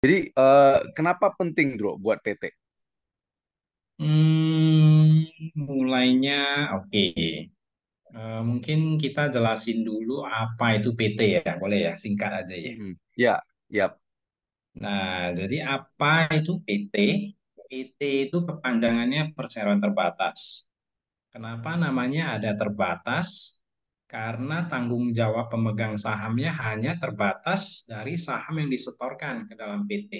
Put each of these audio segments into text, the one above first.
Jadi kenapa penting bro buat PT? Mulainya oke. Mungkin kita jelasin dulu apa itu PT ya, boleh ya, singkat aja ya. Ya, ya. Nah, jadi apa itu PT? PT itu kepanjangannya perseroan terbatas. Kenapa namanya ada terbatas? Karena tanggung jawab pemegang sahamnya hanya terbatas dari saham yang disetorkan ke dalam PT.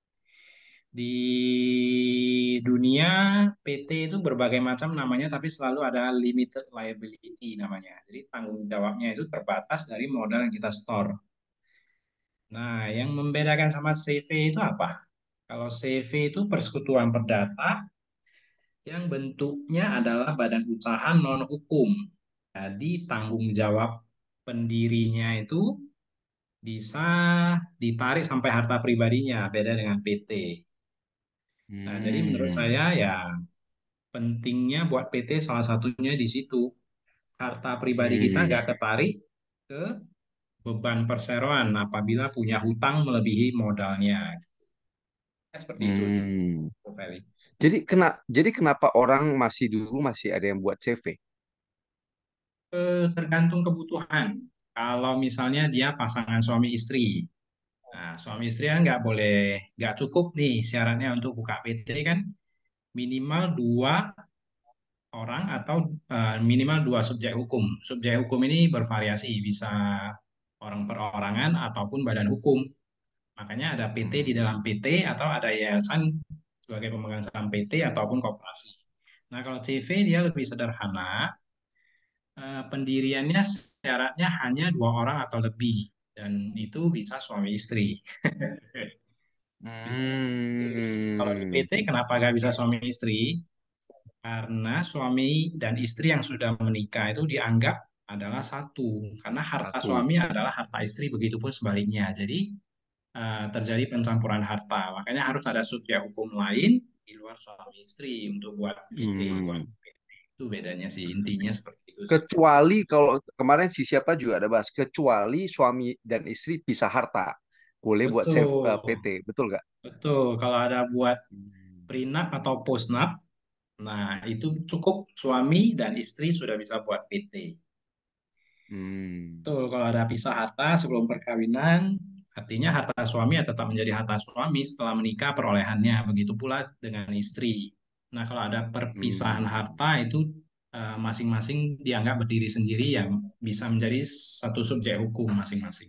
Di dunia PT itu berbagai macam namanya, tapi selalu ada limited liability namanya. Jadi tanggung jawabnya itu terbatas dari modal yang kita store. Nah, yang membedakan sama CV itu apa? Kalau CV itu persekutuan perdata yang bentuknya adalah badan usaha non hukum. Jadi tanggung jawab pendirinya itu bisa ditarik sampai harta pribadinya, beda dengan PT. Nah, jadi menurut Hmm, saya ya pentingnya buat PT salah satunya di situ. Harta pribadi kita hmm, nggak ketarik ke beban perseroan apabila punya hutang melebihi modalnya. Seperti itu, hmm. Bu Feli. Jadi kenapa orang masih dulu masih ada yang buat CV? Tergantung kebutuhan. Kalau misalnya dia pasangan suami istri, nah suami istri kan nggak boleh, nggak cukup nih syaratnya untuk buka PT kan minimal dua orang atau minimal dua subjek hukum. Subjek hukum ini bervariasi, bisa orang perorangan ataupun badan hukum. Makanya ada PT di dalam Hmm, PT atau ada yayasan sebagai pemegang saham PT ataupun koperasi. Nah, kalau CV dia lebih sederhana, pendiriannya syaratnya hanya dua orang atau lebih dan itu bisa suami istri. Bisa suami istri. Kalau di hmm. PT kenapa nggak bisa suami istri? Karena suami dan istri yang sudah menikah itu dianggap adalah satu, karena harta Satu. suami adalah harta istri, begitupun sebaliknya. Jadi terjadi pencampuran harta. Makanya harus ada subjek hukum lain di luar suami istri untuk buat PT. Buat Hmm. PT. Itu bedanya sih, intinya seperti itu sih. Kecuali kalau kemarin si siapa juga ada bahas, kecuali suami dan istri pisah harta, boleh buat save Betul, PT, betul nggak? betul. Kalau ada buat Hmm. prenup atau postnup, nah itu cukup suami dan istri sudah bisa buat PT. Hmm. Betul, kalau ada pisah harta sebelum perkawinan, artinya harta suami ya tetap menjadi harta suami setelah menikah perolehannya. Begitu pula dengan istri. Nah, kalau ada perpisahan Hmm. harta itu masing-masing dianggap berdiri sendiri yang bisa menjadi satu subjek hukum masing-masing.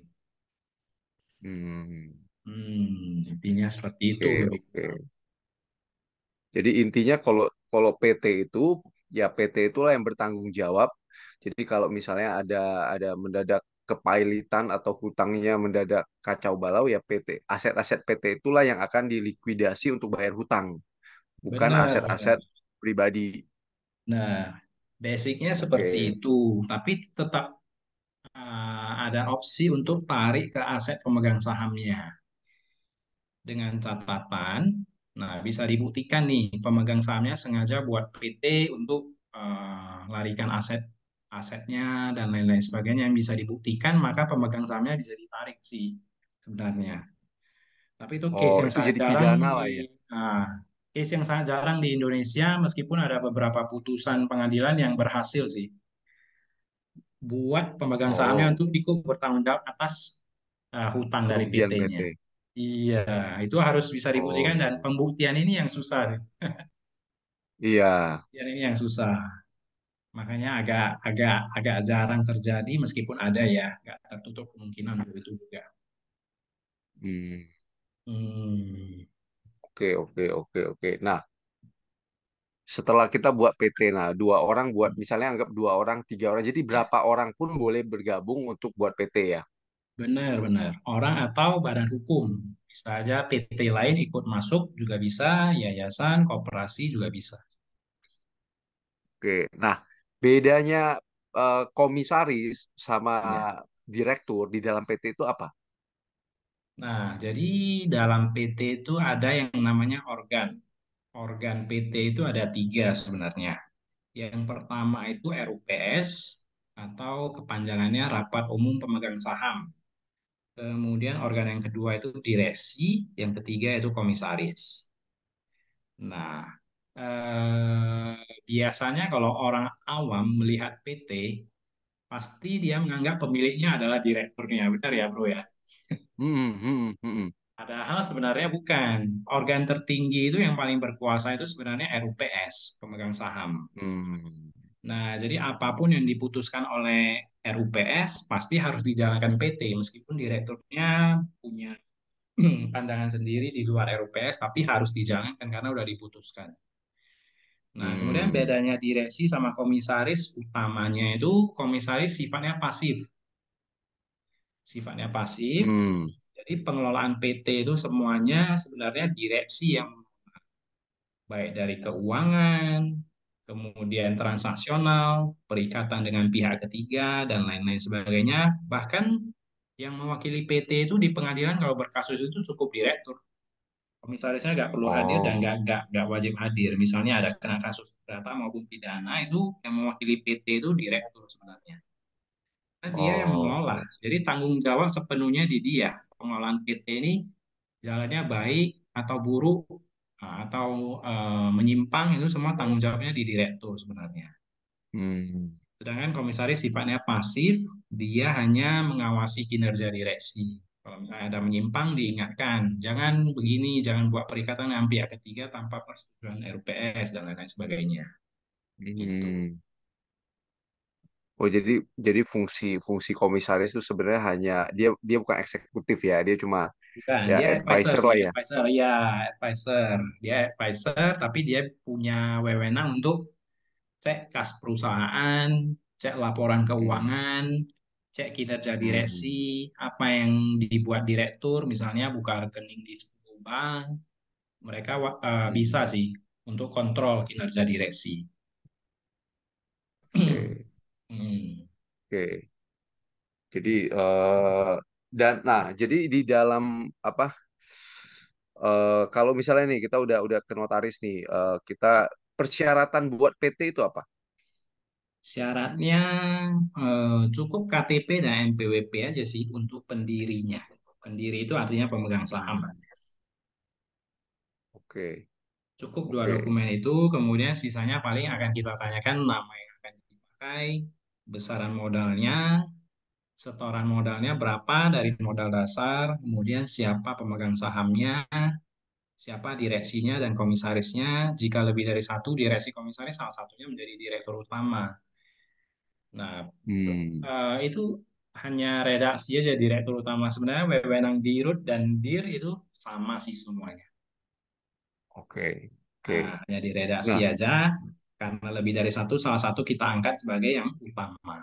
Hmm. Intinya seperti itu Oke, lebih oke. kurang. Jadi intinya kalau kalau PT itu ya PT itulah yang bertanggung jawab. Jadi kalau misalnya ada mendadak kepailitan atau hutangnya mendadak kacau balau ya PT. Aset-aset PT itulah yang akan dilikuidasi untuk bayar hutang, bukan Benar, benar. aset-aset pribadi. Nah, basicnya seperti Oke. itu, tapi tetap ada opsi untuk tarik ke aset pemegang sahamnya. Dengan catatan, nah bisa dibuktikan nih pemegang sahamnya sengaja buat PT untuk larikan asetnya dan lain-lain sebagainya yang bisa dibuktikan, maka pemegang sahamnya bisa ditarik sih sebenarnya. Tapi itu case Oh, yang itu sangat jadi jarang pidana di lah ya. case yang sangat jarang di Indonesia, meskipun ada beberapa putusan pengadilan yang berhasil sih buat pemegang sahamnya Oh, untuk ikut bertanggung jawab atas hutang dari kerugian PT-nya. PT. Iya, itu harus bisa dibuktikan dan Oh, pembuktian ini yang susah sih. iya. Pembuktian ini yang susah. Makanya agak agak agak jarang terjadi meskipun ada ya, nggak tertutup kemungkinan untuk itu juga. Hmm, Hmm, oke, oke, oke, oke. Nah, setelah kita buat PT, nah dua orang buat, misalnya anggap dua orang, tiga orang, jadi ya, berapa orang pun boleh bergabung untuk buat PT ya. benar-benar. Orang atau badan hukum. Bisa aja PT lain ikut masuk juga bisa, yayasan, koperasi juga bisa. Oke, nah bedanya komisaris sama Ya. direktur di dalam PT itu apa? Nah, jadi dalam PT itu ada yang namanya organ. Organ PT itu ada tiga sebenarnya. Yang pertama itu RUPS atau kepanjangannya Rapat Umum Pemegang Saham. Kemudian organ yang kedua itu direksi, yang ketiga itu komisaris. Nah, biasanya kalau orang awam melihat PT, pasti dia menganggap pemiliknya adalah direkturnya, benar ya, bro ya? Hmm, hmm, hmm, Padahal sebenarnya bukan. Organ tertinggi itu yang paling berkuasa itu sebenarnya RUPS, pemegang saham. hmm, Nah, jadi apapun yang diputuskan oleh RUPS pasti harus dijalankan PT, meskipun direkturnya punya pandangan sendiri di luar RUPS, tapi harus dijalankan karena udah diputuskan. Nah, kemudian hmm, bedanya direksi sama komisaris utamanya itu komisaris sifatnya pasif. Sifatnya pasif, hmm, jadi pengelolaan PT itu semuanya sebenarnya direksi yang baik dari keuangan, kemudian transaksional, perikatan dengan pihak ketiga, dan lain-lain sebagainya. Bahkan yang mewakili PT itu di pengadilan kalau berkasus itu cukup direktur. Komisarisnya nggak perlu hadir dan oh, nggak wajib hadir. Misalnya ada kena kasus perdata maupun pidana itu yang mewakili PT itu direktur sebenarnya. Karena dia yang mengelola. oh, Jadi tanggung jawab sepenuhnya di dia. Pengelolaan PT ini jalannya baik atau buruk atau menyimpang itu semua tanggung jawabnya di direktur sebenarnya. hmm, Sedangkan komisaris sifatnya pasif, dia hanya mengawasi kinerja direksi. Kalau misalnya ada menyimpang, diingatkan, jangan begini, jangan buat perikatan dengan pihak ketiga tanpa persetujuan RUPS dan lain-lain sebagainya. Gitu. hmm. Oh, jadi fungsi fungsi komisaris itu sebenarnya hanya dia dia bukan eksekutif ya, dia cuma Bukan, ya dia advisor advisor sih, lah ya. advisor ya, advisor. Dia advisor, tapi dia punya wewenang untuk cek kas perusahaan, cek laporan Hmm, keuangan, cek kinerja direksi, hmm, apa yang dibuat direktur, misalnya buka rekening di 10 bank, mereka bisa hmm. sih untuk kontrol kinerja direksi. Oke, Hmm. oke. Jadi dan nah, jadi di dalam apa kalau misalnya nih kita udah ke notaris nih, kita persyaratan buat PT itu apa? Syaratnya cukup KTP dan NPWP aja sih untuk pendirinya. Pendiri itu artinya pemegang saham. Hmm, oke, Cukup dua oke. dokumen itu, kemudian sisanya paling akan kita tanyakan nama yang akan dipakai, besaran modalnya, setoran modalnya berapa dari modal dasar, kemudian siapa pemegang sahamnya, siapa direksinya dan komisarisnya. Jika lebih dari satu direksi komisaris, salah satunya menjadi direktur utama. Nah, Hmm, itu hanya redaksi aja direktur utama. Sebenarnya wewenang dirut dan dir itu sama sih semuanya. oke, oke. Nah, hanya diredaksi Nah, aja karena lebih dari satu, salah satu kita angkat sebagai yang utama.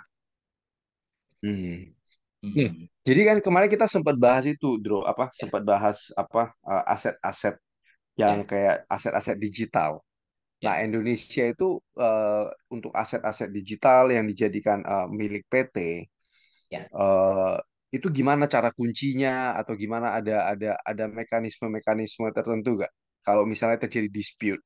hmm. Nih, Hmm, jadi kan kemarin kita sempat bahas itu, Bro, apa? ya, Sempat bahas apa aset-aset yang ya, kayak aset-aset digital. Nah, ya. Indonesia itu untuk aset-aset digital yang dijadikan milik PT, Ya. eh, itu gimana cara kuncinya atau gimana ada mekanisme-mekanisme tertentu nggak? Kalau misalnya terjadi dispute.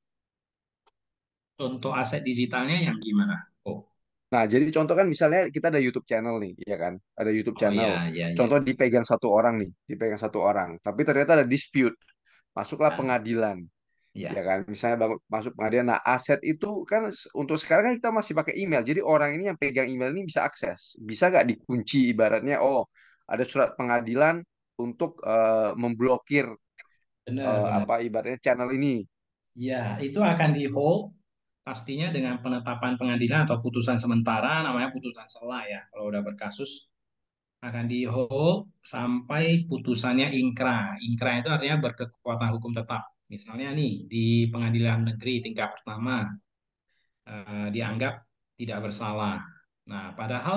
Contoh aset digitalnya yang gimana? Oh, Nah, jadi contoh kan misalnya kita ada YouTube channel nih, ya kan? Ada YouTube oh channel. ya, ya, ya, Contoh dipegang satu orang nih, dipegang satu orang. Tapi ternyata ada dispute. Masuklah ya, pengadilan, ya ya. kan? Misalnya masuk pengadilan. Nah, aset itu kan untuk sekarang kan kita masih pakai email. Jadi orang ini yang pegang email ini bisa akses. Bisa nggak dikunci ibaratnya? Oh, ada surat pengadilan untuk memblokir Benar, benar. apa ibaratnya channel ini. Ya, itu akan di hold pastinya dengan penetapan pengadilan atau putusan sementara, namanya putusan sela ya. Kalau udah berkasus akan di hold sampai putusannya ingkrah. Ingkrah itu artinya berkekuatan hukum tetap. Misalnya nih di pengadilan negeri tingkat pertama dianggap tidak bersalah. Nah, padahal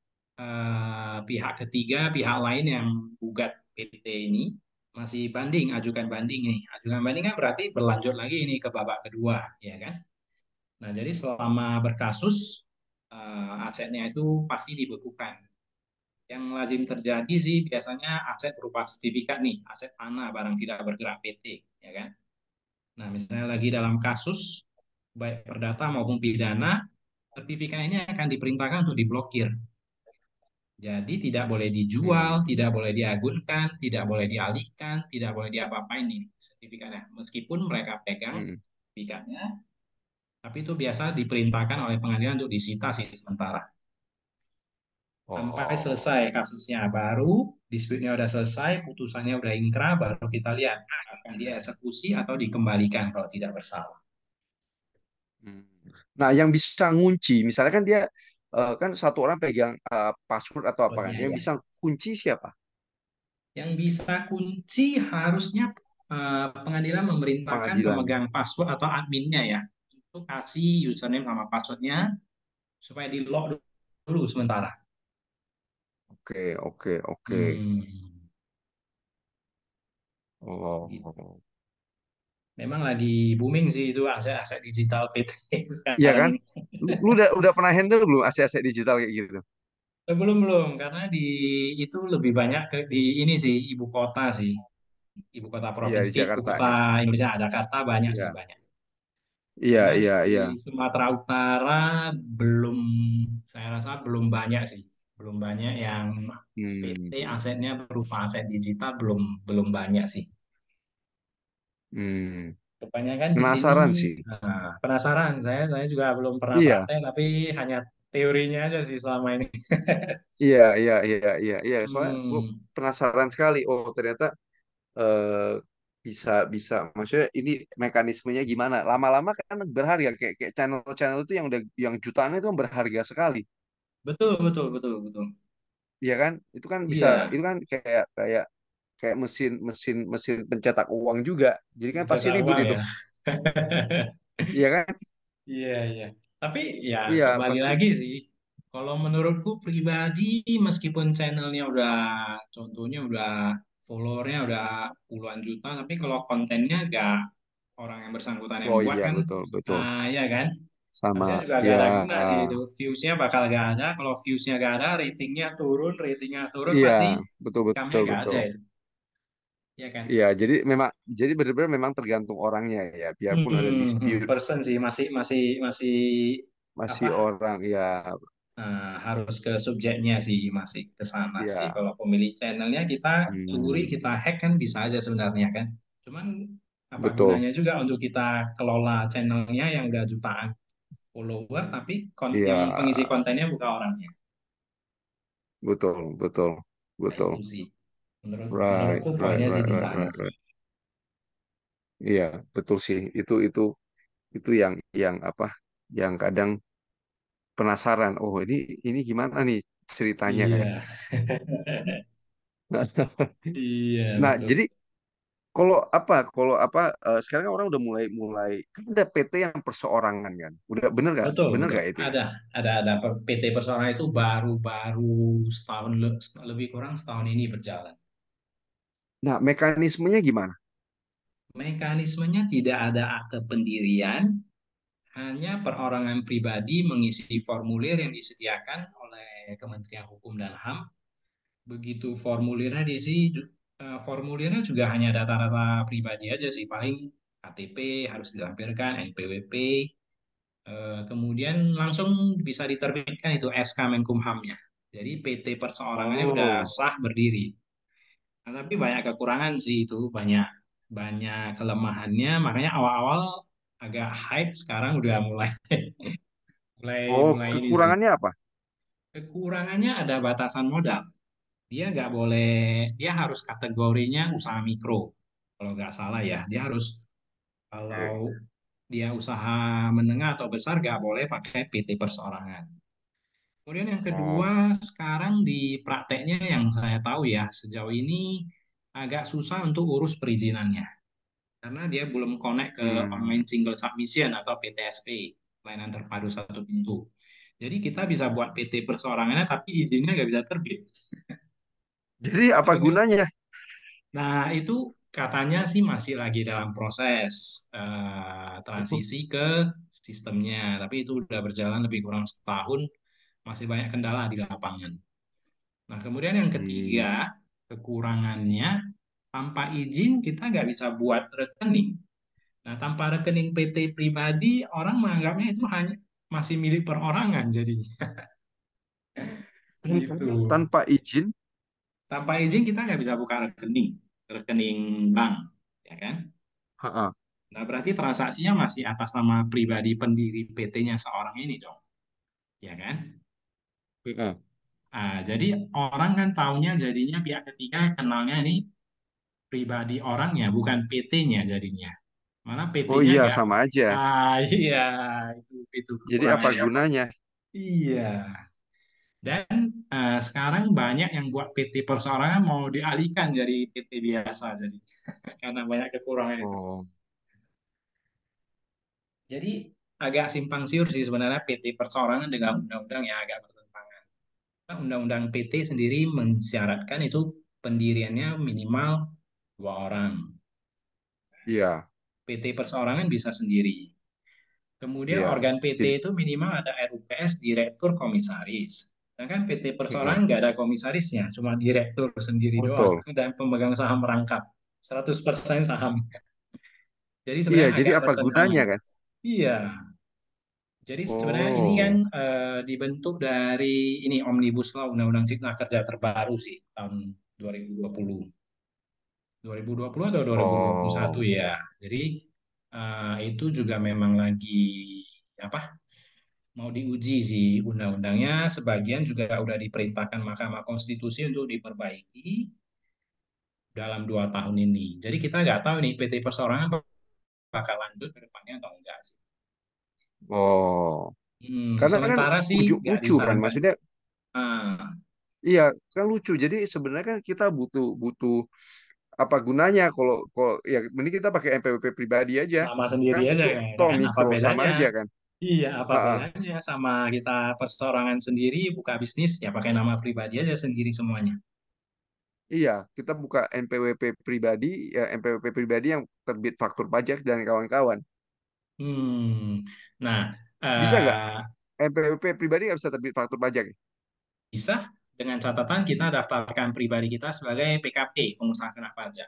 pihak ketiga, pihak lain yang gugat PT ini masih banding, ajukan banding nih. Ajukan banding kan berarti berlanjut lagi ini ke babak kedua, ya kan? Nah, jadi selama berkasus asetnya itu pasti dibekukan. Yang lazim terjadi sih biasanya aset berupa sertifikat nih, aset tanah barang tidak bergerak PT, ya kan? Nah, misalnya lagi dalam kasus baik perdata maupun pidana, sertifikat ini akan diperintahkan untuk diblokir. Jadi tidak boleh dijual, Hmm. tidak boleh diagunkan, tidak boleh dialihkan, tidak boleh diapa-apain ini sertifikatnya. Meskipun mereka pegang Hmm. sertifikatnya, tapi itu biasa diperintahkan oleh pengadilan untuk disita sih sementara. Sampai Oh. selesai kasusnya, baru dispute-nya udah selesai, putusannya udah inkrah, baru kita lihat akan dieksekusi atau dikembalikan kalau tidak bersalah. Hmm. Nah, yang bisa ngunci, misalnya kan dia kan satu orang pegang password atau apa kan, Password-nya yang ya. bisa kunci siapa? Yang bisa kunci harusnya pengadilan memerintahkan Pengadilan. pemegang password atau adminnya ya untuk kasih username sama passwordnya supaya di lock dulu sementara. Oke, oke, oke. Hmm, gitu. Oh. Memang lagi booming sih itu aset-aset digital PT Iya sekarang kan? ini. Lu udah pernah handle belum aset-aset digital kayak gitu? Belum belum karena di itu lebih banyak ke di ini sih ibu kota sih, ibu kota Iya, di provinsi, ibu Jakarta kota ya. Indonesia Jakarta banyak sih Iya, banyak. iya, Cuma iya, di iya. Sumatera Utara belum, saya rasa belum banyak sih, belum banyak yang PT Hmm, asetnya berupa aset digital belum belum banyak sih. hmm. Kebanyakan di sini Penasaran sih. penasaran saya juga belum pernah Iya, praktek tapi hanya teorinya aja sih selama ini. iya, iya, iya, iya, iya. Soalnya gue Hmm, penasaran sekali. Oh, ternyata eh, bisa, bisa. Maksudnya ini mekanismenya gimana? Lama-lama kan berharga. Kayak channel-channel itu yang udah, yang jutaan itu kan berharga sekali. betul betul betul betul. Iya kan? Iya, Itu kan kayak kayak kayak mesin mesin mesin pencetak uang juga. Jadi kan pasti mencetak ribut uang itu. ya. Iya kan? Iya, iya. Tapi ya Iya, kembali pasti. lagi sih. Kalau menurutku pribadi, meskipun channelnya udah, contohnya udah followernya udah puluhan juta, tapi kalau kontennya gak orang yang bersangkutan yang Oh buat iya, kan, betul, betul. ya kan, harusnya Sama juga gak ada ya, guna sih itu. Viewsnya bakal gak ada. Kalau viewsnya gak ada, ratingnya turun iya, pasti betul, income-nya betul, gak betul. ada itu, ya kan? Iya, jadi benar-benar memang tergantung orangnya ya. Biarpun ada dispute, Person sih masih masih masih apa masih orang ya, harus ke subjeknya sih masih ke sana sih. ya, Kalau pemilih channelnya kita curi, hmm, kita hack kan bisa aja sebenarnya kan. Cuman apa betul. gunanya juga untuk kita kelola channelnya yang udah jutaan follower, tapi Iya, yang pengisi kontennya bukan orangnya. betul, betul, Nah, betul. itu sih Right, menurutku right, poinnya sih right, di right, sana right, sih. right. Iya, betul sih. Itu yang apa? Yang kadang penasaran. Oh, ini gimana nih ceritanya kan? Iya, iya Nah, betul. jadi kalau apa sekarang kan orang udah mulai mulai kan ada PT yang perseorangan kan. Udah Betul, bener betul. gak itu ya? Ada PT Persona itu baru setahun lebih kurang setahun ini berjalan. Nah, mekanismenya gimana? Mekanismenya tidak ada akte pendirian, hanya perorangan pribadi mengisi formulir yang disediakan oleh Kementerian Hukum dan HAM. Begitu formulirnya diisi, formulirnya juga hanya data-data pribadi aja sih, paling KTP harus dilampirkan, NPWP, kemudian langsung bisa diterbitkan itu SK Menkumham-nya. Jadi PT perseorangannya udah Oh, sah berdiri. Nah, tapi banyak kekurangan sih itu, banyak banyak kelemahannya. Makanya awal-awal agak hype, sekarang udah mulai mulai oh, mulai ini sih. kekurangannya apa? Kekurangannya ada batasan modal. Dia nggak boleh, dia harus kategorinya usaha mikro. Kalau nggak salah ya, dia harus kalau Oke. dia usaha menengah atau besar nggak boleh pakai PT perseorangan. Kemudian yang Oh, kedua, sekarang di prakteknya yang saya tahu ya, sejauh ini agak susah untuk urus perizinannya. Karena dia belum connect ke online hmm. single submission atau PTSP, pelayanan terpadu satu pintu. Jadi kita bisa buat PT perseorangannya tapi izinnya nggak bisa terbit. Jadi apa Itu nih. gunanya? Nah, itu katanya sih masih lagi dalam proses Oh, transisi ke sistemnya, tapi itu udah berjalan lebih kurang setahun, masih banyak kendala di lapangan. Nah, kemudian yang ketiga, hmm. kekurangannya tanpa izin kita nggak bisa buat rekening. Nah, tanpa rekening PT pribadi, orang menganggapnya itu hanya masih milik perorangan jadinya. Tanpa, Gitu. tanpa izin. Tanpa izin kita nggak bisa buka rekening, rekening bank, ya kan? Ha-ha. Nah, berarti transaksinya masih atas nama pribadi pendiri PT-nya seorang ini dong, ya kan? Ha-ha. Jadi orang kan taunya jadinya pihak ketiga kenalnya ini pribadi orangnya, bukan PT-nya jadinya. Mana Oh PT-nya iya, nggak. sama aja. Iya, itu Jadi apa kekurangannya. gunanya? Iya. Dan sekarang banyak yang buat PT perseorangan mau dialihkan jadi PT biasa jadi karena banyak kekurangan itu. Oh, Jadi agak simpang siur sih sebenarnya PT perseorangan dengan undang-undang yang agak bertentangan. Nah, undang-undang PT sendiri mensyaratkan itu pendiriannya minimal 2 orang. iya, PT perseorangan bisa sendiri. Kemudian iya. organ PT Jadi, itu minimal ada RUPS, direktur, komisaris. Sedangkan PT ha-ha. perseorangan nggak ada komisarisnya, cuma direktur sendiri doang Betul. dan pemegang saham merangkap 100% saham. Jadi Iya, sebenarnya jadi agak apa bertentangan. gunanya kan? Iya, jadi sebenarnya ini kan Oh, dibentuk dari ini Omnibus Law Undang-Undang Cipta Kerja terbaru sih tahun 2020. 2020 atau 2021 oh, ya. Jadi itu juga memang lagi apa mau diuji sih undang-undangnya. Sebagian juga udah diperintahkan Mahkamah Konstitusi untuk diperbaiki dalam 2 tahun ini. Jadi kita nggak tahu nih PT Perseorangan bakal lanjut ke depannya atau enggak sih. oh. Karena kan Sementara sih nggak lucu kan, disarankan. maksudnya Ah, iya kan lucu. Jadi sebenarnya kan kita butuh butuh apa gunanya kalau kalau ya mending kita pakai NPWP pribadi aja. nama sendiri Kan aja tuh kayaknya toh kan apa mikro sama bedanya? aja kan. Iya, apa Ha-ha. bedanya sama kita perseorangan sendiri buka bisnis ya pakai nama pribadi aja sendiri semuanya. Iya, kita buka NPWP pribadi, ya NPWP pribadi yang terbit faktur pajak dan kawan-kawan. Hmm. Nah, Bisa nggak? eh, NPWP pribadi nggak bisa terbit faktur pajak ya? bisa dengan catatan kita daftarkan pribadi kita sebagai PKP, pengusaha kena pajak.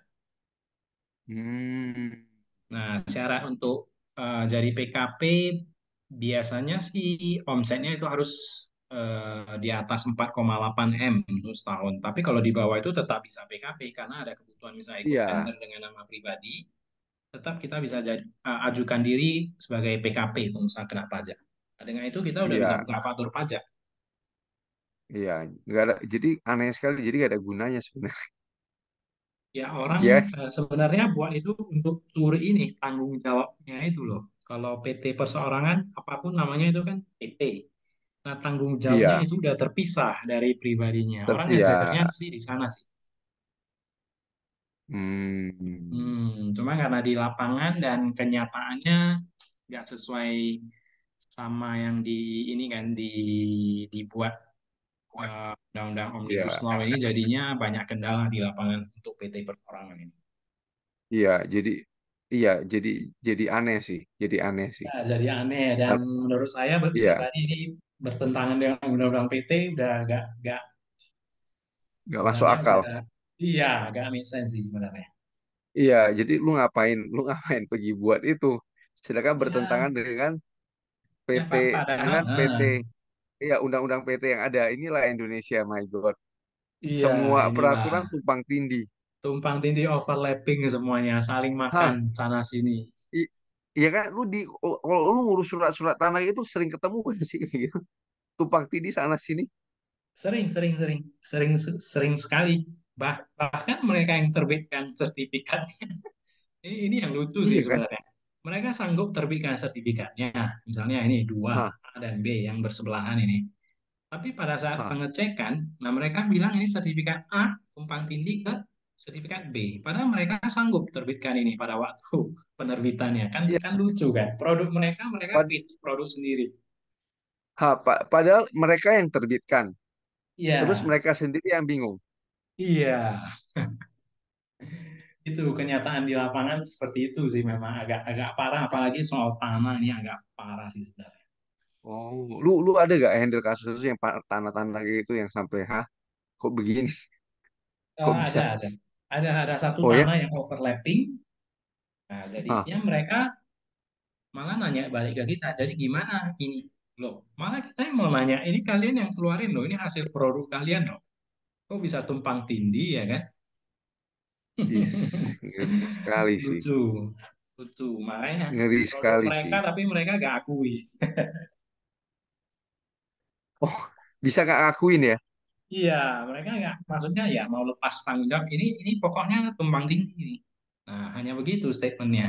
Hmm, Nah, syarat untuk jadi PKP biasanya sih omsetnya itu harus di atas 4,8 M untuk setahun. Tapi kalau di bawah itu tetap bisa PKP karena ada kebutuhan misalnya ikut iya, tender dengan nama pribadi, tetap kita bisa ajukan diri sebagai PKP, pengusaha kena pajak. Nah, dengan itu kita udah bisa iya, buka faktur pajak. iya. Nggak ada, jadi aneh sekali. Jadi nggak ada gunanya sebenarnya. Ya orang Ya, sebenarnya buat itu untuk curi ini tanggung jawabnya itu loh. Kalau PT perseorangan apapun namanya itu kan PT. Nah tanggung jawabnya iya, itu udah terpisah dari pribadinya. Orang iya. ngejarnya sih di sana sih. Hmm, Cuma karena di lapangan dan kenyataannya nggak sesuai sama yang di ini kan dibuat undang-undang Omnibus iya, Law ini jadinya banyak kendala di lapangan untuk PT perorangan ini. iya. Jadi jadi aneh sih. Jadi aneh sih. Ya, jadi aneh dan Ap- menurut saya Iya, pribadi ini bertentangan dengan undang-undang PT udah agak nggak masuk sebenarnya akal. udah iya agak make sense sih sebenarnya. Iya, jadi lu ngapain pergi buat itu? Sedangkan Ya, bertentangan dengan ya PT padahal dengan PT, iya undang-undang PT yang ada. Inilah Indonesia, my God. iya Semua inilah peraturan tumpang tindih. tumpang tindih overlapping semuanya saling makan Hah, sana sini. i- iya kan? Kalau lu ngurus surat-surat tanah itu sering ketemu kan sih gitu. Tumpang tindih sana sini. Sering sering sering sering sering sekali. Bahkan mereka yang terbitkan sertifikat ini yang lucu sih Iya kan? sebenarnya. Mereka sanggup terbitkan sertifikatnya. Misalnya ini dua Hah, A dan B yang bersebelahan ini. Tapi pada saat hah. pengecekan, nah mereka bilang ini sertifikat A tumpang tindih ke sertifikat B. Padahal mereka sanggup terbitkan ini pada waktu penerbitannya. Kan Iya, kan lucu kan? Produk mereka pad- kritik produk sendiri. padahal mereka yang terbitkan. Terus Iya, mereka sendiri yang bingung. iya. Itu kenyataan di lapangan seperti itu sih memang agak agak parah apalagi soal tanah ini agak parah sih sebenarnya. Oh, lu ada gak handle kasus yang tanah-tanah gitu yang sampai, hah, kok begini? Kok Ada bisa? ada. Ada satu Oh ya? tanah yang overlapping. Nah, Hah, jadinya mereka malah nanya balik ke kita. Jadi gimana ini? Loh, malah kita yang mau nanya, ini kalian yang keluarin loh, ini hasil produk kalian loh. Kok bisa tumpang tindih ya kan? Is, ngeri sekali sih. Lucu, lucu. Makanya Ngeri produk sekali mereka sih. tapi mereka gak akui. Oh, bisa nggak ngakuin ya? Iya, mereka nggak, maksudnya ya mau lepas tanggung jawab. Ini pokoknya tumpang tindih. Nah, hanya begitu statementnya.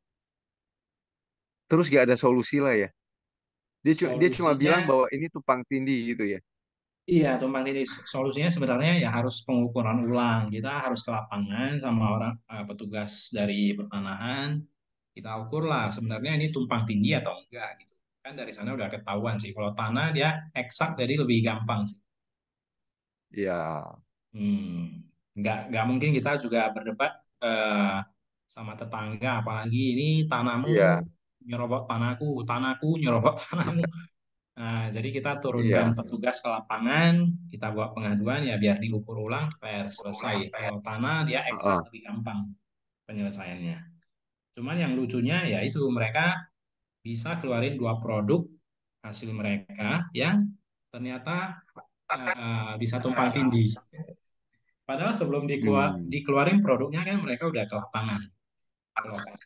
Terus nggak ada solusi lah ya? Dia cuma bilang Solusinya, bahwa ini tumpang tindih gitu ya. iya, tumpang tindih. Solusinya sebenarnya ya harus pengukuran ulang. Kita harus ke lapangan sama orang petugas dari pertanahan. Kita ukur lah sebenarnya ini tumpang tindih atau enggak gitu. Kan dari sana udah ketahuan sih. Kalau tanah dia eksak jadi lebih gampang sih. Ya, Nggak mungkin kita juga berdebat sama tetangga, apalagi ini tanahmu iya, nyerobot tanahku, tanahku nyerobot tanahmu. Nah, jadi kita turunkan iya. petugas ke lapangan, kita buat pengaduan ya biar diukur ulang, fair, selesai. Kalau tanah dia eksak Heeh. lebih gampang penyelesaiannya. Cuman yang lucunya ya itu mereka bisa keluarin dua produk hasil mereka yang ternyata bisa tumpang tindih. Padahal sebelum Hmm. dikeluarin produknya kan mereka udah ke lapangan, ke lokasi.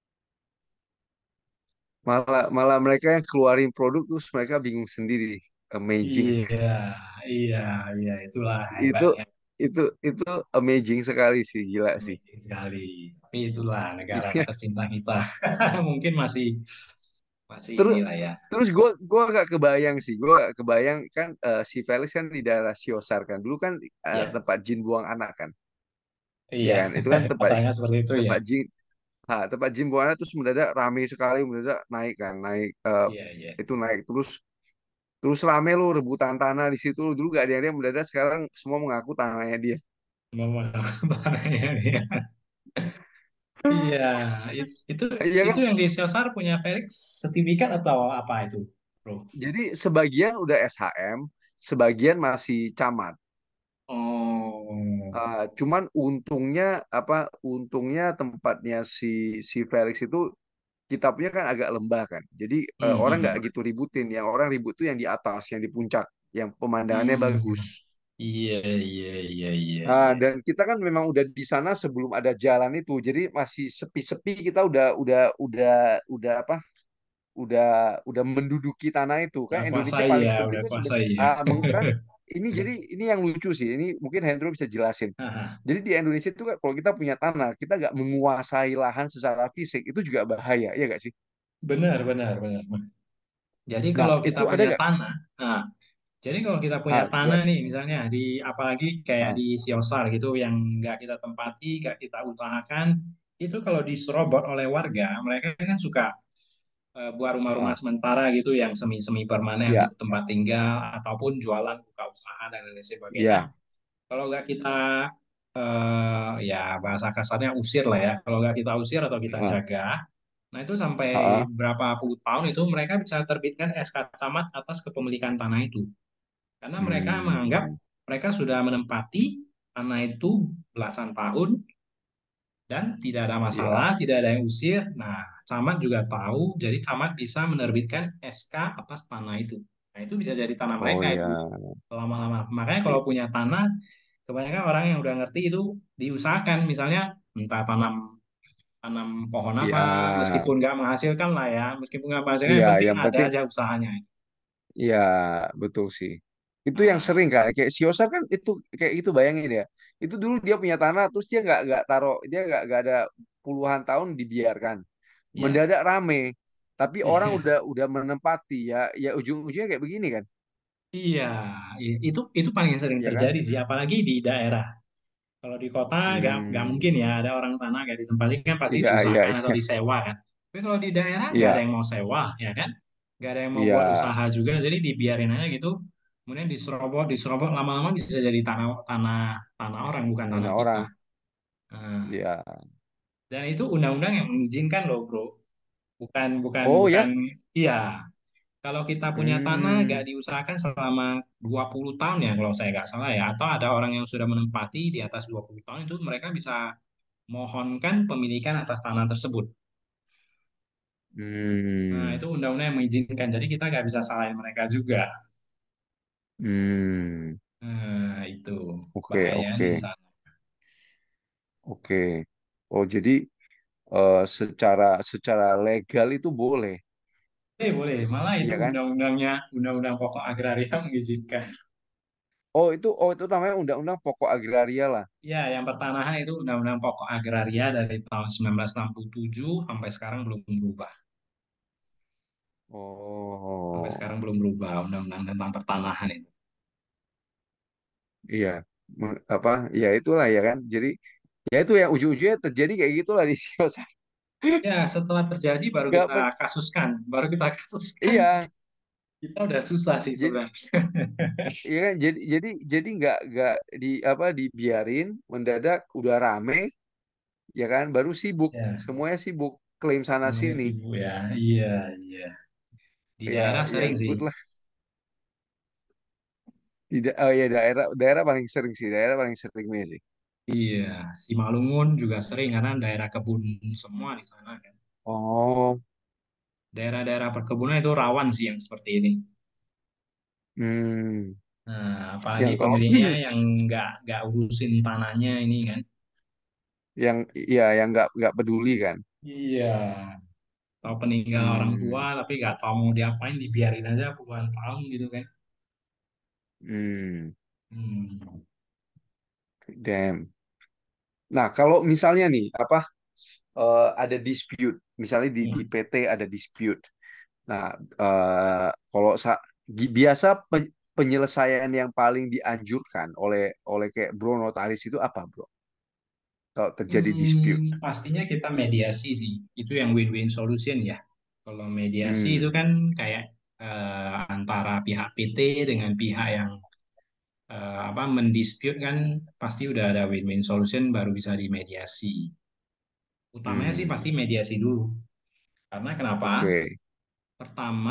Malah malah mereka yang keluarin produk terus mereka bingung sendiri. Amazing. Iya, iya, iya, itulah Itu hebatnya. itu amazing sekali sih, gila sih. Amazing sekali. Tapi itulah negara Iya. tercinta kita. Mungkin masih masih Terus inilah ya. terus gue gak kebayang sih, gue gak kebayang kan si Felix kan di daerah Siosar kan, dulu kan Ya, tempat jin buang anak kan, ya iya. kan, itu kan tempat Katanya seperti itu ya. tempat jin, tempat jin buang anak terus mendadak rame sekali, mendadak naik kan, naik Iya, iya. itu naik terus terus rame lo rebutan tanah di situ, dulu gak ada yang mendadak sekarang semua mengaku tanahnya dia. Mama tanahnya dia. Iya, itu Iya itu kan, yang di Siosar punya Felix sertifikat atau apa itu, bro? jadi sebagian udah SHM, sebagian masih camat. Oh, Cuman untungnya apa? Untungnya tempatnya si Felix itu kitabnya kan agak lembah kan. Jadi hmm, orang hmm, nggak gitu ributin. Yang orang ribut tuh yang di atas, yang di puncak, yang pemandangannya hmm. bagus. Iya, iya, iya, iya, Nah, iya. dan kita kan memang udah di sana sebelum ada jalan itu. Jadi masih sepi-sepi kita udah apa? Udah udah menduduki tanah itu kan Udah Indonesia kuasai paling ya, penting udah kan kuasai ya. kan ini jadi ini yang lucu sih ini mungkin Hendro bisa jelasin Haha. jadi di Indonesia itu kan kalau kita punya tanah kita nggak menguasai lahan secara fisik itu juga bahaya ya nggak sih. Benar, benar, benar. Jadi Nah kalau kita itu ada punya nggak tanah, nah, jadi kalau kita punya tanah gimana. nih, misalnya di apalagi kayak Ah, di Siosar gitu yang nggak kita tempati, nggak kita usahakan, itu kalau diserobot oleh warga, mereka kan suka buat rumah-rumah ah, sementara gitu yang semi-semi permanen ya untuk tempat tinggal ataupun jualan buka usaha dan lain sebagainya. ya Kalau nggak kita ya bahasa kasarnya usir lah ya. Kalau nggak kita usir atau kita ah, jaga, nah itu sampai ah, berapa puluh tahun itu mereka bisa terbitkan SK camat atas kepemilikan tanah itu. Karena mereka menganggap hmm, mereka sudah menempati tanah itu belasan tahun dan tidak ada masalah, ya tidak ada yang usir. Nah, camat juga tahu, jadi camat bisa menerbitkan SK atas tanah itu. Nah, itu bisa jadi tanah oh mereka itu ya lama-lama. Makanya kalau punya tanah, kebanyakan orang yang udah ngerti itu diusahakan, misalnya entah tanam tanam pohon apa, ya meskipun nggak menghasilkan lah ya, meskipun nggak menghasilkan, ya yang penting yang ada penting aja usahanya. ya, betul sih. Itu yang Nah, sering kan, kayak Siosa kan itu kayak itu bayangin ya. Itu dulu dia punya tanah, terus dia nggak taruh, dia nggak ada puluhan tahun dibiarkan. ya, Mendadak rame, tapi orang udah menempati ya, ya ujung-ujungnya kayak begini kan, iya, itu paling sering ya kan? terjadi sih, apalagi di daerah. Kalau di kota nggak mungkin Hmm, ya ada orang tanah nggak ditempatin kan pasti iya iya diusahakan atau iya disewa kan. Tapi kalau di daerah nggak ada iya yang mau sewa ya kan, nggak ada yang mau iya buat usaha juga, jadi dibiarin aja gitu. Kemudian diserobot, diserobot lama-lama bisa jadi tanah tanah tanah orang bukan tanah tanah kita. orang, Nah, iya. dan itu undang-undang yang mengizinkan loh bro, bukan bukan Oh bukan ya, iya. Kalau kita punya tanah nggak hmm, diusahakan selama 20 tahun ya kalau saya nggak salah ya, atau ada orang yang sudah menempati di atas 20 tahun itu mereka bisa mohonkan pemilikan atas tanah tersebut. Nah, Hmm. itu undang-undang yang mengizinkan. Jadi kita nggak bisa salahin mereka juga. Hmm. Nah, itu Oke, bahayanya oke, di sana. oke. Oh, jadi secara secara legal itu boleh, Boleh. Malah itu ya kan? undang-undangnya, undang-undang pokok agraria mengizinkan. Oh itu namanya Undang-Undang Pokok Agraria lah. Ya, yang pertanahan itu undang-undang pokok agraria dari tahun 1967 sampai sekarang belum berubah. Sampai sekarang Oh, belum berubah undang-undang tentang pertanahan itu. iya. Apa? Ya itulah ya kan. Jadi ya itu yang ujung-ujungnya terjadi kayak gitulah di Sios. Ya, setelah terjadi baru Gak kita pen- kasuskan. Baru kita kasuskan. iya. Kita udah susah sih Jadi sebenarnya. iya kan. Jadi nggak di apa dibiarin mendadak udah rame ya kan. Baru sibuk. Ya, Semuanya sibuk klaim sana semuanya sini. sibuk ya. Iya, iya. Di daerah Ya ya sering sih. good lah. Tidak. Oh ya daerah daerah paling sering sih. Daerah paling sering nih sih. Iya, Simalungun juga sering karena daerah kebun semua di sana kan. Oh. Daerah-daerah perkebunan itu rawan sih yang seperti ini. Hmm. Nah, apalagi Yang kalau pemiliknya yang nggak urusin tanahnya ini kan. yang ya yang nggak peduli kan. Iya, tahu peninggalan orang tua Hmm. tapi nggak tahu mau diapain, dibiarin aja puluhan tahun gitu kan. Hmm. Hmm. Damn. Nah, kalau misalnya nih, apa ada dispute, misalnya di Hmm. PT ada dispute. Nah, kalau biasa penyelesaian yang paling dianjurkan oleh oleh kayak Bro Notaris itu apa, Bro? Kalau terjadi dispute. Pastinya kita mediasi sih. Itu yang win-win solution ya. Kalau mediasi itu Hmm. kan kayak antara pihak PT dengan pihak yang apa mendispute kan pasti udah ada win-win solution baru bisa dimediasi. Utamanya sih pasti Hmm. mediasi dulu. Karena kenapa? Oke. Pertama,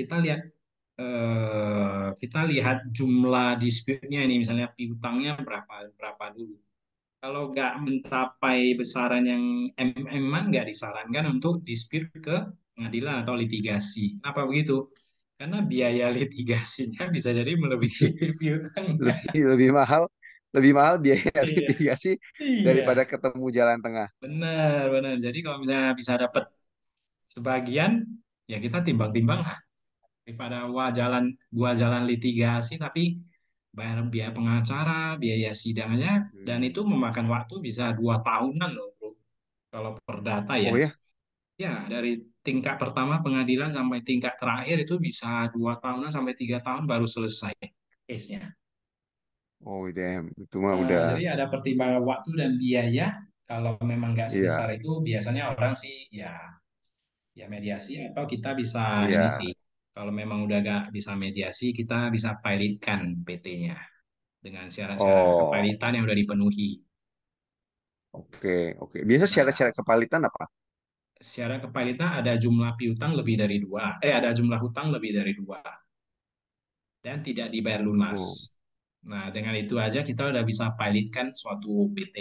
kita lihat jumlah dispute-nya ini misalnya piutangnya berapa berapa dulu. Kalau nggak mencapai besaran yang MM-an nggak disarankan untuk dispute ke pengadilan atau litigasi. Kenapa begitu? Karena biaya litigasinya bisa jadi melebihi piutangnya. Lebih mahal biaya Iya, litigasi daripada iya, ketemu jalan tengah. benar, benar. Jadi kalau misalnya bisa dapat sebagian, ya kita timbang-timbang lah daripada gua jalan litigasi tapi bayar biaya pengacara, biaya sidangnya, dan Hmm. itu memakan waktu bisa 2 tahunan loh, bro. Kalau perdata ya, Oh ya. ya dari tingkat pertama pengadilan sampai tingkat terakhir itu bisa 2 tahunan sampai 3 tahun baru selesai case-nya. Oh damn, itu mah Nah, udah jadi ada pertimbangan waktu dan biaya. Kalau memang nggak sebesar iya, itu, biasanya orang sih ya mediasi atau kita bisa ini iya. sih. Kalau memang udah nggak bisa mediasi, kita bisa pilotkan PT-nya dengan syarat-syarat Oh, kepilitan yang udah dipenuhi. oke, oke. Biasa Nah, syarat-syarat kepalitan apa? syarat kepilitan ada jumlah piutang lebih dari dua, ada jumlah hutang lebih dari dua, dan tidak dibayar lunas. Oh, Nah, dengan itu aja kita udah bisa pilotkan suatu PT.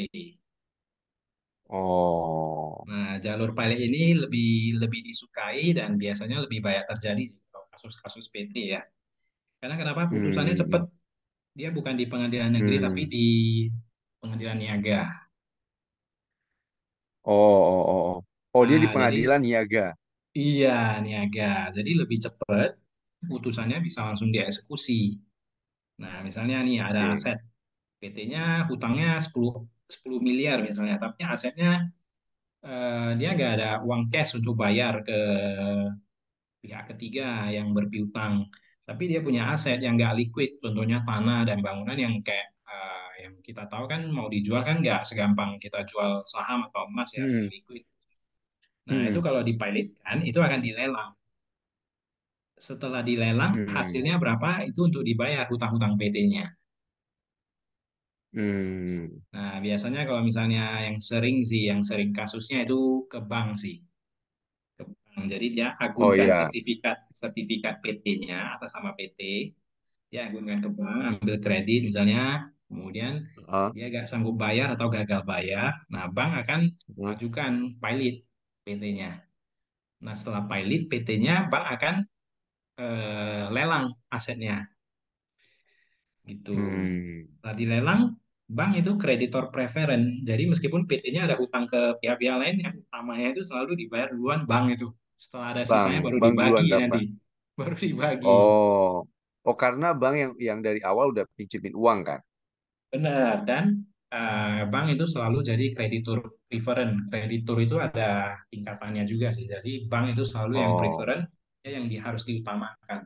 oh, Nah, jalur pilot ini lebih lebih disukai dan biasanya lebih banyak terjadi sih kalau kasus-kasus PT ya. Karena kenapa putusannya cepat? hmm, Dia bukan di pengadilan negeri tapi hmm. di pengadilan niaga. Oh, oh, oh, oh. Oh, dia di Nah, jadi pengadilan niaga. iya niaga. Jadi lebih cepat putusannya bisa langsung dieksekusi. Nah, misalnya nih ada Oke. aset PT-nya hutangnya 10 miliar misalnya, tapi asetnya dia nggak ada uang cash untuk bayar ke pihak ketiga yang berpiutang. Tapi dia punya aset yang nggak liquid, contohnya tanah dan bangunan yang kayak yang kita tahu kan mau dijual kan nggak segampang kita jual saham atau emas ya, Hmm, yang liquid. Nah, itu hmm, kalau dipilotkan, itu akan dilelang. Setelah dilelang, hmm, hasilnya berapa, itu untuk dibayar hutang-hutang PT-nya. hmm. Nah, biasanya kalau misalnya yang sering sih, yang sering kasusnya itu ke bank sih. Ke bank. Jadi dia Oh agunkan iya. sertifikat sertifikat PT-nya atas nama PT, dia agunkan ke bank, ambil kredit misalnya, kemudian Ah, dia gak sanggup bayar atau gagal bayar, nah bank akan ah. ajukan pilot PT-nya. Nah, setelah pilot, PT-nya bank akan lelang asetnya gitu. Hmm. Setelah dilelang, bank itu kreditor preferen. Jadi meskipun PT-nya ada hutang ke pihak-pihak lain, yang utamanya itu selalu dibayar duluan bank itu. Setelah ada sisanya baru Bank dibagi duluan nanti. dapat. Baru dibagi. Oh, oh karena bank yang dari awal udah pinjemin uang kan? Benar. Dan bank itu selalu jadi kreditur preferen. Kreditur itu ada tingkatannya juga sih. Jadi bank itu selalu yang Oh, preferen, ya yang harus diutamakan.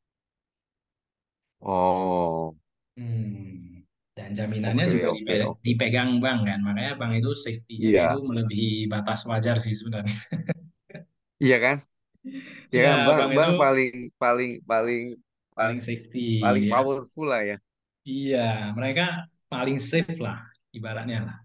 oh, Hmm. Dan jaminannya oke, juga oke, oke. dipegang bank kan. Makanya bank itu safety-nya itu Iya, melebihi batas wajar sih sebenarnya. iya kan? Iya Iya, kan, bank bank itu bank paling paling paling paling paling safety paling dia. powerful lah ya. Iya, mereka paling safe lah ibaratnya lah.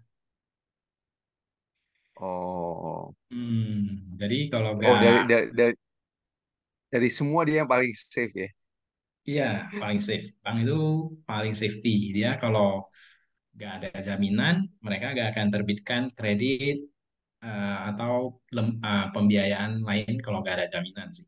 Oh, Jadi kalau oh nggak, dari semua dia yang paling safe ya. iya paling safe. Bank itu paling safety. Dia kalau nggak ada jaminan, mereka nggak akan terbitkan kredit atau pembiayaan lain kalau nggak ada jaminan sih.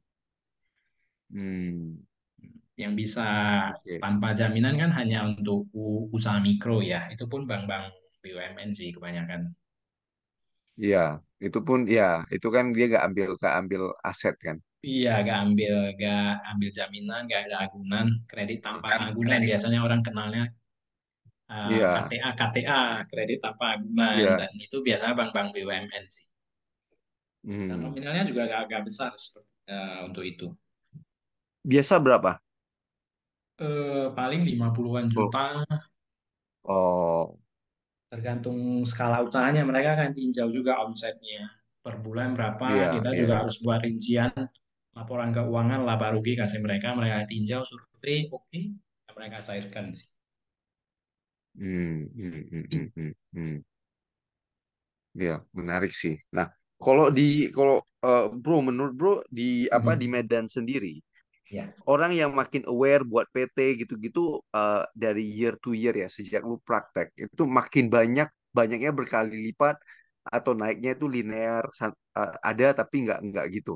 Hmm, Yang bisa oke. tanpa jaminan kan hanya untuk usaha mikro ya. Itu pun bank-bank BUMN sih kebanyakan. Iya, itu pun ya, itu kan dia gak ambil aset kan. Iya, gak ambil jaminan, gak ada agunan, kredit tanpa Kan agunan. kredit. Biasanya orang kenalnya Iya, KTA, kredit tanpa agunan, iya. dan itu biasanya bank-bank BUMN sih. Dan Hmm. nominalnya juga agak besar untuk itu. Biasa berapa? Paling 50-an Oh, juta, oh, tergantung skala usahanya. Mereka akan tinjau juga omsetnya. Per bulan berapa, iya, kita iya. juga harus buat rincian laporan keuangan, laba rugi kasih mereka, mereka tinjau, survei, oke, mereka cairkan sih. Hmm, hmm, hmm, hmm, hmm, hmm. Iya, menarik sih. Nah, kalau di kalau bro, menurut bro di di Mhm. Medan sendiri, Ya. orang yang makin aware buat PT gitu-gitu dari year to year ya, sejak lu praktek itu makin banyaknya berkali lipat atau naiknya itu linear ada tapi nggak gitu.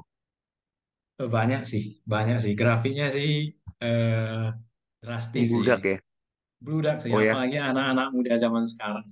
Banyak sih. Grafiknya sih eh, drastis sih. Membludak ya. Bludak sih, Oh ya. apalagi anak-anak muda zaman sekarang.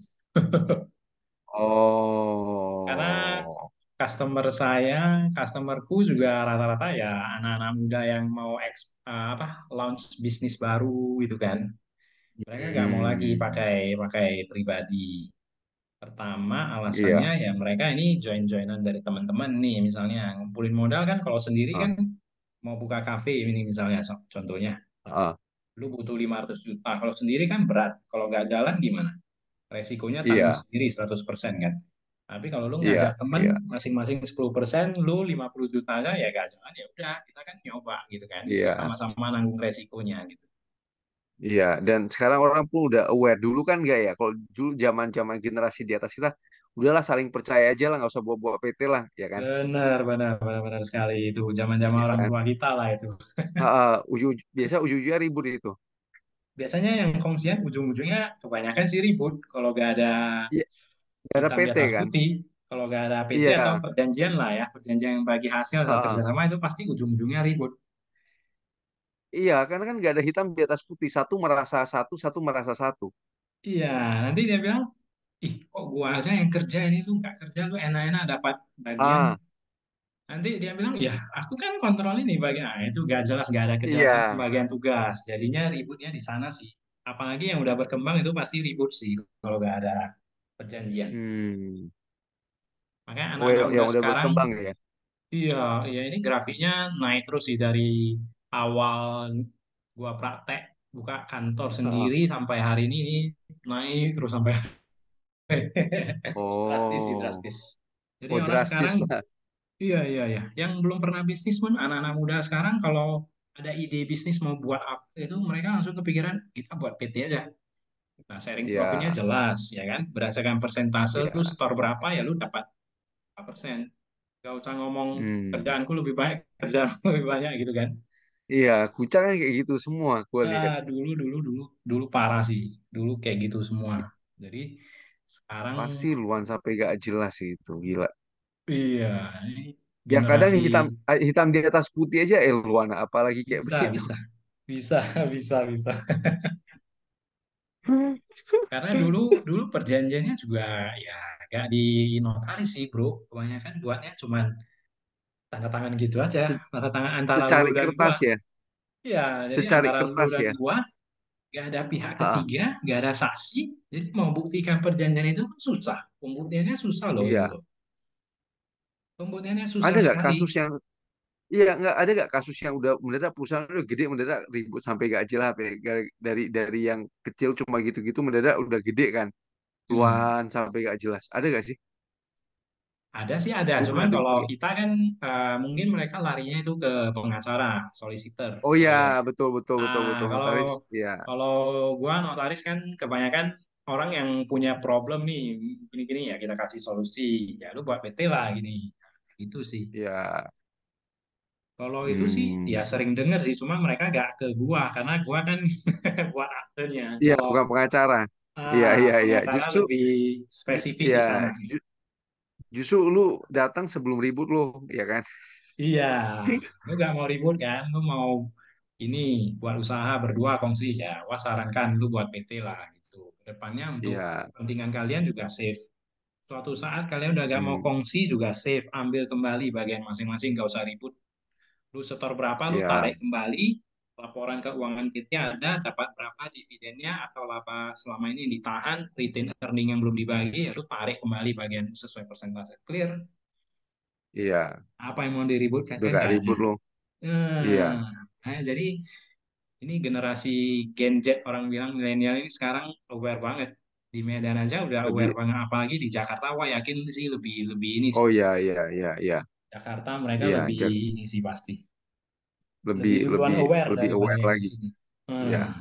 Karena Oh. customerku juga rata-rata ya anak-anak muda yang mau launch bisnis baru gitu kan. Mereka nggak mau lagi Hmm. pakai pakai pribadi. Pertama alasannya Iya. ya mereka ini join-joinan dari teman-teman nih, misalnya ngumpulin modal kan kalau sendiri kan Ah, mau buka kafe ini misalnya contohnya. ah. Lu butuh 500 juta. Kalau sendiri kan berat. Kalau nggak jalan gimana? Resikonya tanggung Iya. sendiri 100% kan. Tapi kalau lu ngajak Iya. temen Iya. masing-masing 10%, lu 50 juta aja ya gak jalan ya udah kita kan nyoba gitu kan. Kita Iya. sama-sama nanggung resikonya gitu. Iya, dan sekarang orang pun udah aware. Dulu kan enggak ya. Kalau dulu zaman-zaman generasi di atas kita, udahlah saling percaya aja lah, nggak usah bawa-bawa PT lah, ya kan? Benar sekali itu zaman-zaman Iya orang kan? tua kita lah itu. Biasa ujung-ujungnya ribut itu. Biasanya yang kongsian ujung-ujungnya kebanyakan sih ribut kalau gak ada Iya, nggak ada hitam di PT atas kan? putih. Kalau gak ada PT atau Iya, perjanjian lah ya, perjanjian yang bagi hasil atau heeh. kerjasama itu pasti ujung-ujungnya ribut. Iya, karena kan nggak ada hitam di atas putih. Satu merasa satu, satu merasa satu. Iya, nanti dia bilang, ih kok gua aja yang kerja ini lu nggak kerja lu enak-enak dapat bagian. Ah, Nanti dia bilang, ya aku kan kontrol ini bagian. Ah, itu gak jelas, gak ada kejelasan iya. pembagian tugas. Jadinya ributnya di sana sih. Apalagi yang udah berkembang itu pasti ribut sih kalau gak ada perjanjian. Hmm. Makanya Oh, anak-anak muda yang udah sekarang, berkembang ya. iya, iya ini grafiknya naik terus sih dari awal gua praktek buka kantor Heeh. sendiri sampai hari ini naik terus sampai drastis sih Oh, drastis. Jadi oh orang drastis sekarang, lah. iya iya ya, yang belum pernah bisnis pun anak-anak muda sekarang kalau ada ide bisnis mau buat apa itu mereka langsung kepikiran kita buat PT aja. Nah, sharing profitnya Iya, jelas ya kan, berdasarkan persentase lu iya. store berapa ya lu dapat berapa persen. Gak usah ngomong Hmm. kerjaanku lebih banyak, kerjaanku lebih banyak gitu kan. Iya, kucang kan kayak gitu semua. Gue Ya lihat. dulu parah sih, dulu kayak gitu semua. Jadi sekarang Pasti luan sampai gak jelas sih itu. Gila. iya. Ya kadang generasi hitam hitam di atas putih aja Elwana, apalagi kayak bisa begitu. bisa bisa bisa. Karena dulu dulu perjanjiannya juga ya gak di notaris sih bro. Kebanyakan buatnya cuman tanda tangan gitu aja. Se- Tanda tangan antara lu Secari dan gua. kertas ya, Ya, jadi secari antara lu kertas dan ya. gua gak ada pihak Ha, ketiga, gak ada saksi. Jadi mau buktikan perjanjian itu susah. Pembuktiannya susah loh itu iya. loh. Pembuktiannya Ada susah nggak sekali. kasus yang iya nggak ada nggak kasus yang udah mendadak perusahaan udah gede mendadak ribut sampai gak jelas apa ya? Dari yang kecil cuma gitu-gitu mendadak udah gede kan, Hmm. puluhan sampai gak jelas. Ada gak sih? Ada sih ada, Gue cuman pernah kalau denger ya. kita kan mungkin mereka larinya itu ke pengacara, solicitor, Oh ya, lawyer. betul betul betul Ah, betul kalau notaris. Ya, kalau gua notaris kan kebanyakan orang yang punya problem nih, gini-gini ya kita kasih solusi. Ya lu buat PT lah gini. Itu sih. ya. Kalau itu sih ya Hmm. sering denger sih, cuma mereka gak ke gua karena gua kan buat aktenya. Iya, Kalau bukan pengacara. Iya, iya, iya. pengacara Justru, lebih spesifik ya, di sana sih. justru lu datang sebelum ribut lo, ya kan? Iya, lu gak mau ribut kan? Lu mau ini buat usaha berdua kongsi ya. Wah sarankan lu buat PT lah gitu. Kedepannya untuk Iya. kepentingan kalian juga safe. Suatu saat kalian udah gak mau Hmm. kongsi juga safe. Ambil kembali bagian masing-masing, gak usah ribut. Lu setor berapa, lu Iya, tarik kembali. Laporan keuangan PT ada, dapat berapa dividennya atau laba selama ini ditahan, retain earning yang belum dibagi, ya lu tarik kembali bagian sesuai persentase. Clear? iya. Apa yang mau diributkan Udah kan gak gak ada. ribut lo. Iya. Jadi ini generasi Gen Z orang bilang milenial ini sekarang aware banget. Di Medan aja udah aware Lebih. banget, apalagi di Jakarta. Wah yakin sih lebih lebih ini sih. Oh iya, iya, iya, iya. Jakarta mereka Iya, lebih ini sih pasti. lebih Lebih duluan lebih aware lebih daripada aware yang di lagi. sini. Iya, Hmm.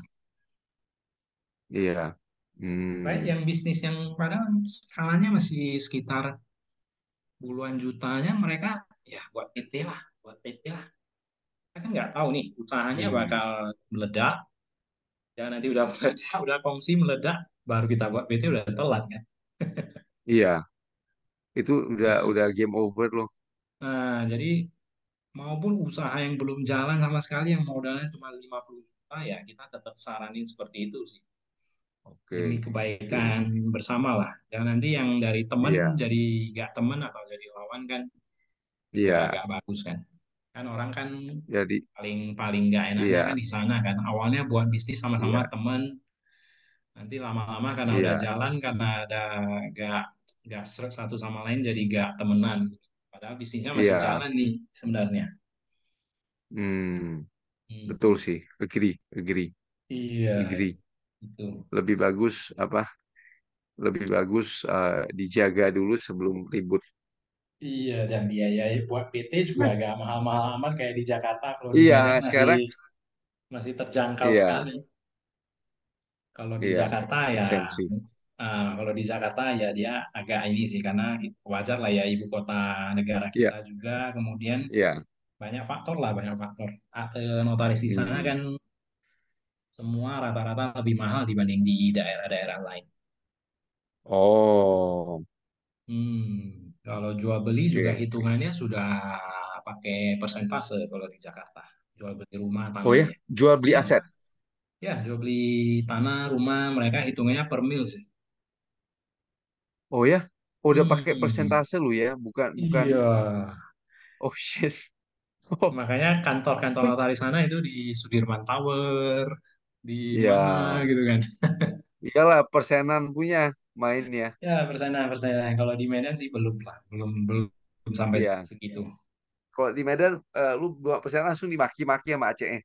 iya. Kayak Hmm. yang bisnis yang padahal skalanya masih sekitar puluhan jutanya mereka ya buat PT lah, buat PT lah. Kita kan nggak tahu nih usahanya Hmm. bakal meledak. Ya nanti udah meledak, udah kongsi meledak, baru kita buat PT udah telat kan. Iya, itu Nah, udah game over loh. jadi maupun usaha yang belum jalan sama sekali yang modalnya cuma 50 juta ya kita tetap saranin seperti itu sih. Demi Oke, oke. kebaikan bersama lah. Jangan nanti yang dari temen Iya, jadi gak temen atau jadi lawan kan juga iya. gak bagus kan. Kan orang kan Jadi, paling paling gak enaknya kan iya, di sana kan. Awalnya buat bisnis sama-sama iya, temen, nanti lama-lama karena udah iya, jalan, karena ada gak gak seret satu sama lain jadi gak temenan. Padahal bisnisnya masih iya. jalan nih sebenarnya. Hmm, Hmm. betul sih. Agree, agree, Iya, agree. itu. Lebih bagus apa? Lebih bagus dijaga dulu sebelum ribut. Iya, dan biaya buat PT juga agak mahal-mahal amat kayak di Jakarta. Kalau di Iya, Medan masih sekarang masih terjangkau iya, sekali. Kalau di iya, Jakarta ya, esensi. kalau di Jakarta ya dia agak ini sih karena wajar lah ya ibu kota negara Iya, kita juga. Kemudian iya. banyak faktor lah, banyak faktor. Notaris di sana Hmm. kan semua rata-rata lebih mahal dibanding di daerah-daerah lain. Oh, Kalau jual beli juga oke. hitungannya sudah pakai persentase kalau di Jakarta. Jual beli rumah, Oh tanah ya, ya. jual beli Iya, aset. ya jual beli tanah, rumah mereka hitungannya per mil sih. Oh ya, oh, udah pakai Hmm, persentase lu ya, bukan bukan. iya. Oh shit. Oh, Makanya kantor-kantor notaris sana itu di Sudirman Tower, di mana ya, gitu kan. iyalah persenan punya main ya. Ya, persenan-persenan. Kalau di Medan sih belum lah, belum belum sampai Iya. segitu. Kalau di Medan, lu bawa persenan langsung dimaki-maki sama Aceh.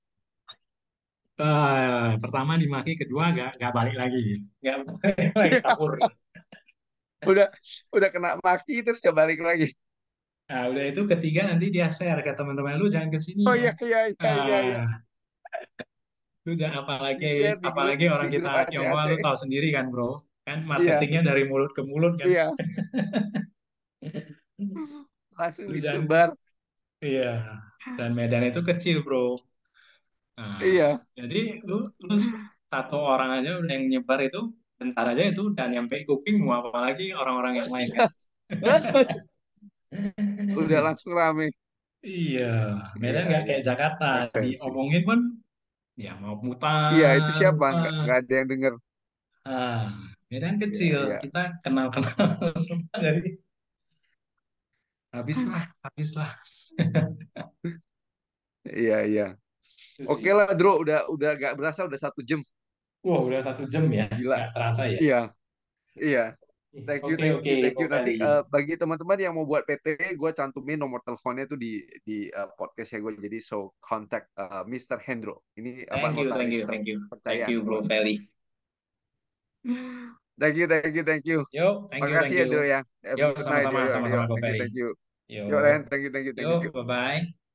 Pertama dimaki, kedua nggak balik lagi, nggak balik lagi kabur. Udah, udah kena maki terus ya balik lagi. Nah, udah itu ketiga nanti dia share ke teman-teman lu jangan ke sini Oh ya. iya, iya, iya, iya, iya. Ah, lu jangan apalagi Di-share apalagi di orang kita grup Tionghoa lu Aceh-Aceh. tahu sendiri kan, Bro. Kan Iya, marketingnya dari mulut ke mulut kan. iya. Langsung Lu jangan disebar. iya. Dan Medan itu kecil, Bro. Nah, Iya. jadi lu satu orang aja udah yang nyebar itu bentar aja itu dan nyampe kupingmu apalagi orang-orang yang lain kan. Udah langsung rame. Iya, Medan Iya, nggak iya. kayak Jakarta. Make sense sih. Diomongin pun ya mau Iya, itu mutar, siapa? mutar. Nggak ada yang denger. Ah, Medan Iya, kecil, iya. kita kenal-kenal semua jadi habislah, habislah. Iya, iya. Itu Oke sih. lah, Bro. Udah gak berasa udah 1 jam. Wah, udah 1 jam ya, Gila. nggak terasa ya. Iya, iya. Thank you, Oke, thank oke, you, thank you. Bro Nanti Feli. bagi teman-teman yang mau buat PT, gue cantumin nomor teleponnya tuh di podcast ya gue. Jadi so contact Mr. Hendro. Ini apa Thank you, thank notaris you, thank you. terpercaya Thank you, nih. Bro Feli. Thank you, thank you, thank you. Yo, thank you, thank Makasih ya, Dro you. ya. Have a Yo, good night. sama-sama, Yo, yo, sama-sama, Bro thank you, Feli. thank you. Yo, Ren, Yo, thank you, thank you, thank yo, you. bye-bye.